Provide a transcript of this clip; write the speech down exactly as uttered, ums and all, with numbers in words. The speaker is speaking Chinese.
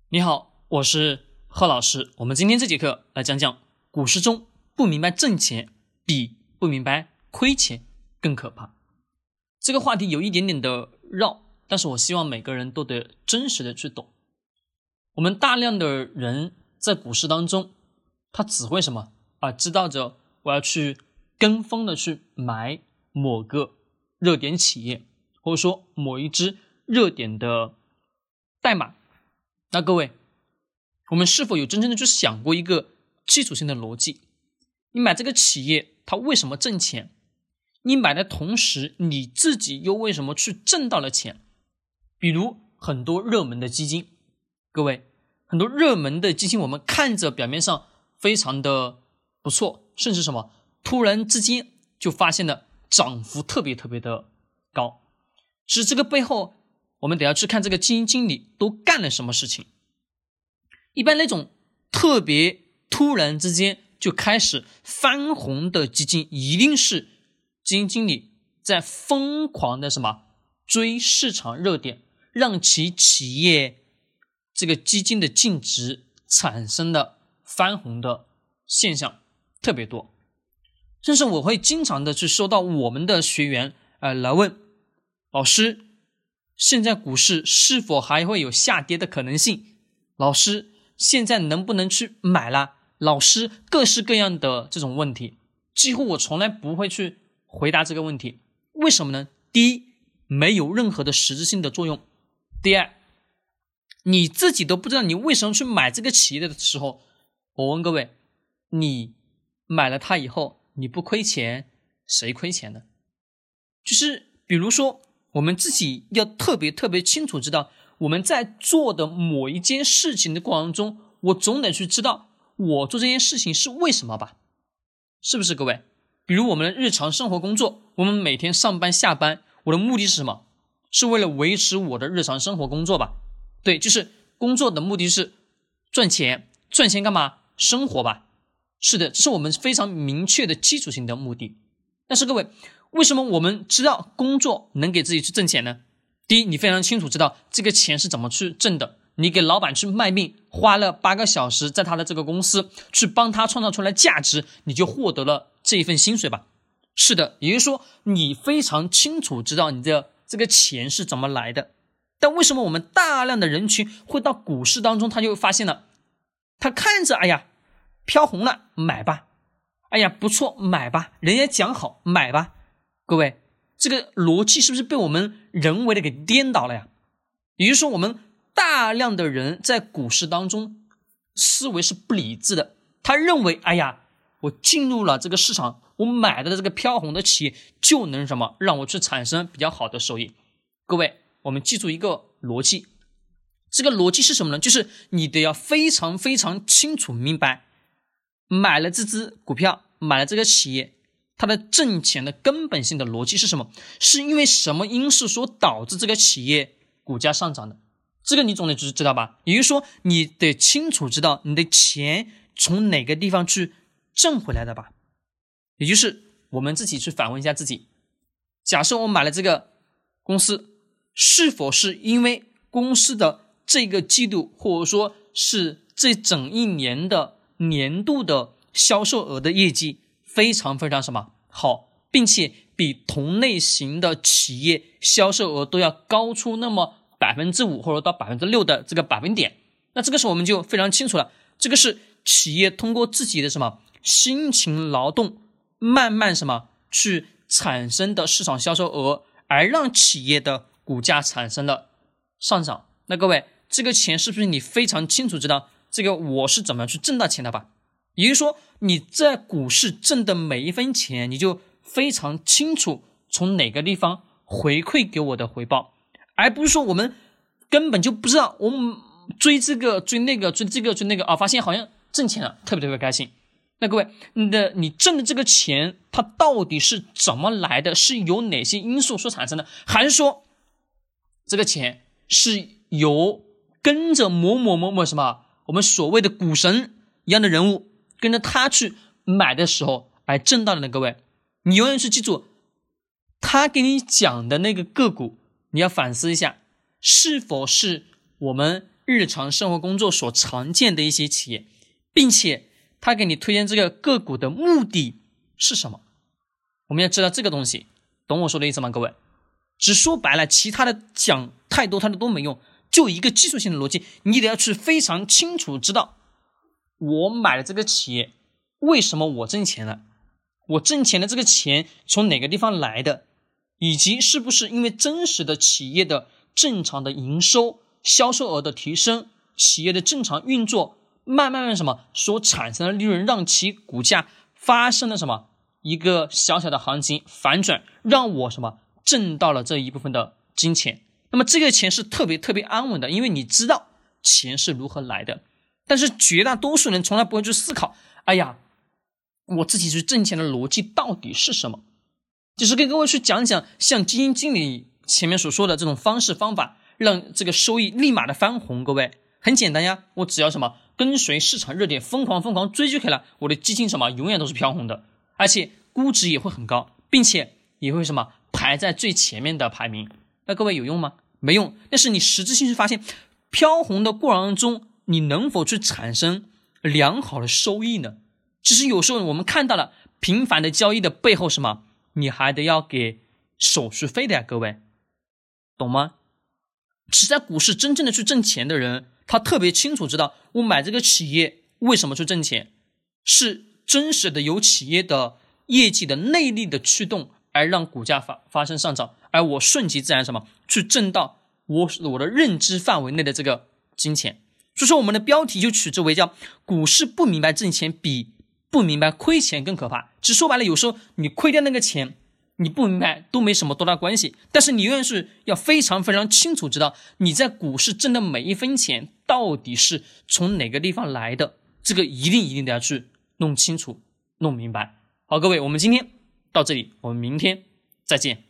你好，我是贺老师。我们今天这节课来讲讲股市中不明白挣钱比不明白亏钱更可怕。这个话题有一点点的绕，但是我希望每个人都得真实的去懂。我们大量的人在股市当中，他只会什么啊？知道着我要去跟风的去买某个热点企业，或者说某一只热点的代码。那各位，我们是否有真正的去想过一个基础性的逻辑？你买这个企业，它为什么挣钱？你买的同时，你自己又为什么去挣到了钱？比如很多热门的基金，各位，很多热门的基金，我们看着表面上非常的不错，甚至什么，突然之间就发现了涨幅特别特别的高。其实这个背后，我们得要去看这个基金经理都干了什么事情。一般那种特别突然之间就开始翻红的基金，一定是基金经理在疯狂的什么追市场热点，让其企业这个基金的净值产生了翻红的现象特别多。甚至我会经常的去收到我们的学员呃来问老师，现在股市是否还会有下跌的可能性？老师，现在能不能去买了？老师，各式各样的这种问题，几乎我从来不会去回答这个问题。为什么呢？第一，没有任何的实质性的作用。第二，你自己都不知道你为什么去买这个企业的时候，我问各位，你买了它以后，你不亏钱，谁亏钱呢？就是比如说，我们自己要特别特别清楚知道，我们在做的某一件事情的过程中，我总得去知道我做这件事情是为什么吧？是不是各位？比如我们的日常生活工作，我们每天上班下班，我的目的是什么？是为了维持我的日常生活工作吧？对，就是工作的目的是赚钱，赚钱干嘛？生活吧。是的，这是我们非常明确的基础性的目的。但是各位，为什么我们知道工作能给自己去挣钱呢？第一，你非常清楚知道这个钱是怎么去挣的。你给老板去卖命，花了八个小时在他的这个公司去帮他创造出来价值，你就获得了这一份薪水吧。是的，也就是说你非常清楚知道你的这个钱是怎么来的。但为什么我们大量的人群会到股市当中，他就发现了，他看着哎呀飘红了，买吧，哎呀不错，买吧，人家讲好，买吧。各位，这个逻辑是不是被我们人为的给颠倒了呀？也就是说，我们大量的人在股市当中思维是不理智的，他认为哎呀我进入了这个市场，我买的这个飘红的企业就能什么让我去产生比较好的收益。各位，我们记住一个逻辑，这个逻辑是什么呢？就是你得要非常非常清楚明白，买了这只股票，买了这个企业，它的挣钱的根本性的逻辑是什么？是因为什么因素所导致这个企业股价上涨的？这个你总得知道吧？也就是说，你得清楚知道你的钱从哪个地方去挣回来的吧？也就是我们自己去反问一下自己，假设我买了这个公司，是否是因为公司的这个季度，或者说是这整一年的年度的销售额的业绩非常非常什么好，并且比同类型的企业销售额都要高出那么百分之五或者到百分之六的这个百分点，那这个时候我们就非常清楚了，这个是企业通过自己的什么辛勤劳动，慢慢什么去产生的市场销售额，而让企业的股价产生了上涨。那各位，这个钱是不是你非常清楚知道这个我是怎么去挣到钱的吧？也就是说，你在股市挣的每一分钱，你就非常清楚从哪个地方回馈给我的回报，而不是说我们根本就不知道，我们追这个追那个追这个追那个啊，发现好像挣钱了，特别特别开心。那各位，你的你挣的这个钱，它到底是怎么来的？是由哪些因素所产生的？还是说这个钱是由跟着某某某某什么我们所谓的股神一样的人物跟着他去买的时候而挣到的呢？各位，你永远去记住，他给你讲的那个个股，你要反思一下，是否是我们日常生活工作所常见的一些企业，并且他给你推荐这个个股的目的是什么？我们要知道这个东西，懂我说的意思吗？各位，只说白了，其他的讲太多太多都没用，就一个技术性的逻辑，你得要去非常清楚知道，我买了这个企业，为什么我挣钱了？我挣钱的这个钱从哪个地方来的？以及是不是因为真实的企业的正常的营收、销售额的提升，企业的正常运作，慢慢慢什么所产生的利润，让其股价发生了什么一个小小的行情反转，让我什么挣到了这一部分的金钱。那么这个钱是特别特别安稳的，因为你知道钱是如何来的。但是绝大多数人从来不会去思考，哎呀，我自己去挣钱的逻辑到底是什么？就是跟各位去讲讲像基金经理前面所说的这种方式方法，让这个收益立马的翻红。各位很简单呀，我只要什么跟随市场热点，疯狂疯狂追就可以了，我的基金什么永远都是飘红的，而且估值也会很高，并且也会什么排在最前面的排名。那各位有用吗？没用。但是你实质性去发现，飘红的过程中，你能否去产生良好的收益呢？其实有时候我们看到了频繁的交易的背后什么，你还得要给手续费的呀，各位懂吗？其实在股市真正的去挣钱的人，他特别清楚知道，我买这个企业为什么去挣钱，是真实的由企业的业绩的内力的驱动而让股价发发生上涨，而我顺其自然什么去挣到我我的认知范围内的这个金钱。所以说我们的标题就取之为叫股市不明白挣钱比不明白亏钱更可怕。只说白了，有时候你亏掉那个钱，你不明白都没什么多大关系，但是你永远是要非常非常清楚知道你在股市挣的每一分钱到底是从哪个地方来的，这个一定一定得要去弄清楚弄明白。好，各位，我们今天到这里，我们明天再见。